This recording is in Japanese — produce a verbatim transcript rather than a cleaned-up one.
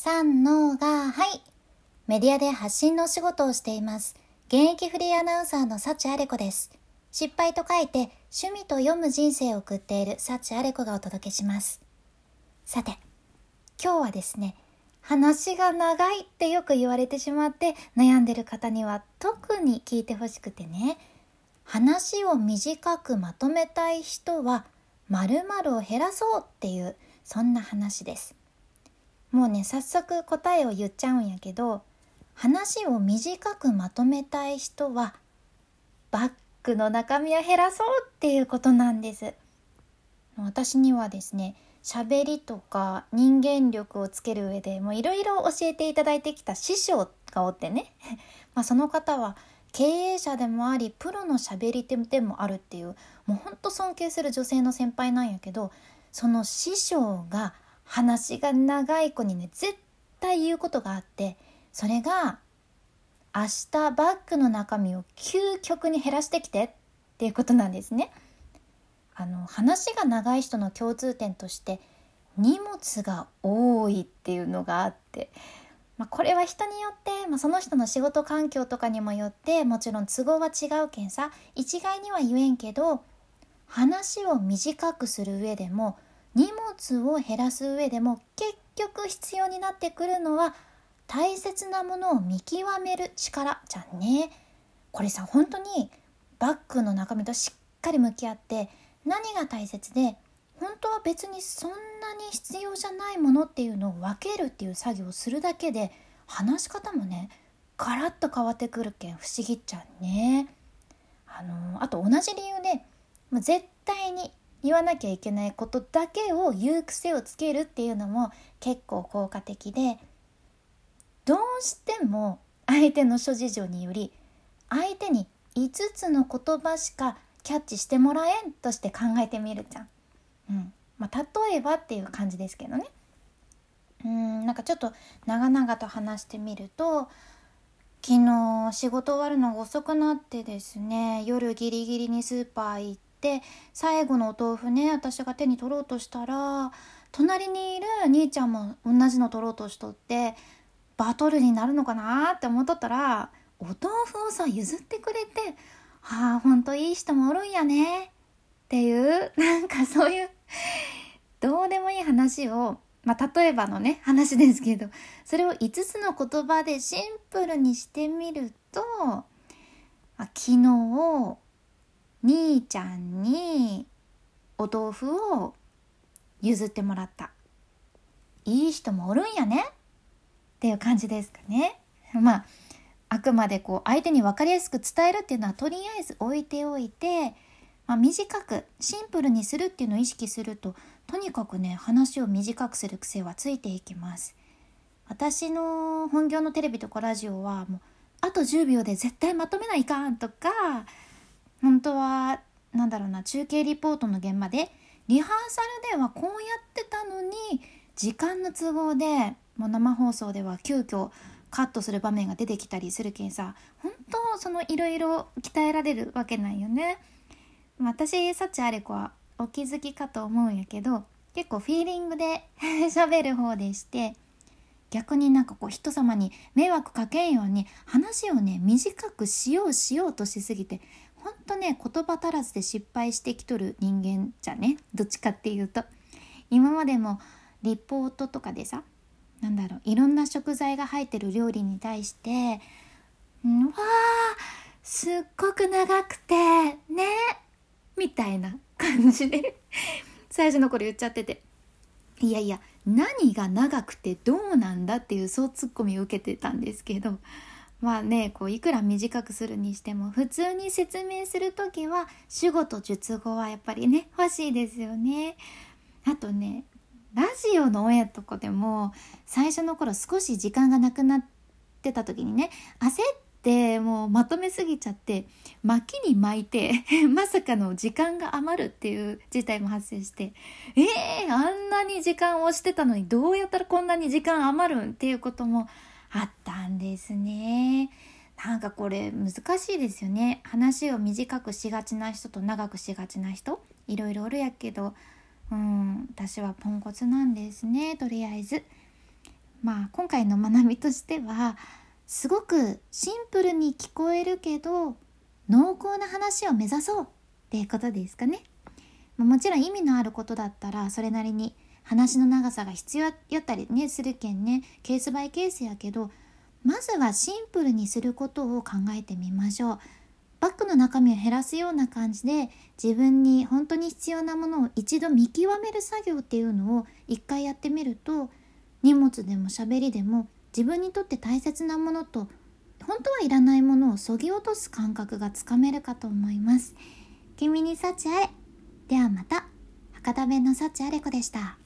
三のがはい。メディアで発信のお仕事をしています。現役フリーアナウンサーの幸あれ子です。失敗と書いて趣味と読む人生を送っている幸あれ子がお届けします。さて、今日はですね、話が長いってよく言われてしまって悩んでる方には特に聞いてほしくてね、話を短くまとめたい人は〇〇を減らそうっていうそんな話です。もうね、早速答えを言っちゃうんやけど、話を短くまとめたい人はバッグの中身を減らそうっていうことなんです。私にはですね、喋りとか人間力をつける上でもういろいろ教えていただいてきた師匠がおってねまあその方は経営者でもありプロの喋り手でもあるっていう、もうほんと尊敬する女性の先輩なんやけど、その師匠が話が長い子にね絶対言うことがあって、それが明日バッグの中身を究極に減らしてきてっていうことなんですね。あの話が長い人の共通点として荷物が多いっていうのがあって、まあ、これは人によって、まあ、その人の仕事環境とかにもよってもちろん都合は違うけんさ、一概には言えんけど、話を短くする上でも荷物を減らす上でも結局必要になってくるのは大切なものを見極める力じゃんね。これさ、本当にバッグの中身としっかり向き合って何が大切で本当は別にそんなに必要じゃないものっていうのを分けるっていう作業をするだけで話し方もねガラッと変わってくるけん不思議っちゃうね。あのあと同じ理由で絶対に言わなきゃいけないことだけを言う癖をつけるっていうのも結構効果的で、どうしても相手の諸事情により相手にいつつの言葉しかキャッチしてもらえんとして考えてみるじゃん、うんまあ、例えばっていう感じですけどね。うーんなんかちょっと長々と話してみると、昨日仕事終わるのが遅くなってですね、夜ギリギリにスーパー行って最後のお豆腐ね私が手に取ろうとしたら、隣にいる兄ちゃんも同じの取ろうとしとって、バトルになるのかなって思っとったらお豆腐をさ譲ってくれて、はあほんといい人もおるんやねっていう、なんかそういうどうでもいい話を、まあ例えばのね話ですけど、それをいつつの言葉でシンプルにしてみると、まあ、昨日兄ちゃんにお豆腐を譲ってもらった、いい人もおるんやねっていう感じですかね。まああくまでこう相手に分かりやすく伝えるっていうのはとりあえず置いておいて、まあ、短くシンプルにするっていうのを意識すると、とにかくね話を短くする癖はついていきます。私の本業のテレビとかラジオはもうあとじゅうびょうで絶対まとめないかんとか、本当はなんだろうな、中継リポートの現場でリハーサルではこうやってたのに時間の都合でもう生放送では急遽カットする場面が出てきたりするけんさ、本当そのいろいろ鍛えられるわけなんよね。私幸あれ子はお気づきかと思うんやけど、結構フィーリングで喋る方でして、逆になんかこう人様に迷惑かけんように話をね短くしようしようとしすぎて、ほんとね言葉足らずで失敗してきとる人間じゃね、どっちかっていうと。今までもリポートとかでさ、なんだろう、いろんな食材が入ってる料理に対して、んわーすっごく長くてねみたいな感じで最初の頃言っちゃってて、いやいや何が長くてどうなんだっていうそうツッコミを受けてたんですけど、まあねこういくら短くするにしても普通に説明するときは主語と述語はやっぱりね欲しいですよね。あとねラジオのオンエアとかでも最初の頃少し時間がなくなってた時にね、焦ってもうまとめすぎちゃって巻きに巻いてまさかの時間が余るっていう事態も発生して、えー、あんなに時間を押してたのにどうやったらこんなに時間余るんっていうこともあったんですね。なんかこれ難しいですよね。話を短くしがちな人と長くしがちな人いろいろおるやけど、うん、私はポンコツなんですね。とりあえずまあ今回の学びとしては、すごくシンプルに聞こえるけど濃厚な話を目指そうっていうことですかね。もちろん意味のあることだったらそれなりに話の長さが必要やったりねするけんね、ケースバイケースやけど、まずはシンプルにすることを考えてみましょう。バッグの中身を減らすような感じで、自分に本当に必要なものを一度見極める作業っていうのを一回やってみると、荷物でも喋りでも自分にとって大切なものと本当はいらないものを削ぎ落とす感覚がつかめるかと思います。君に幸あれ。ではまた。博多弁の幸あれ子でした。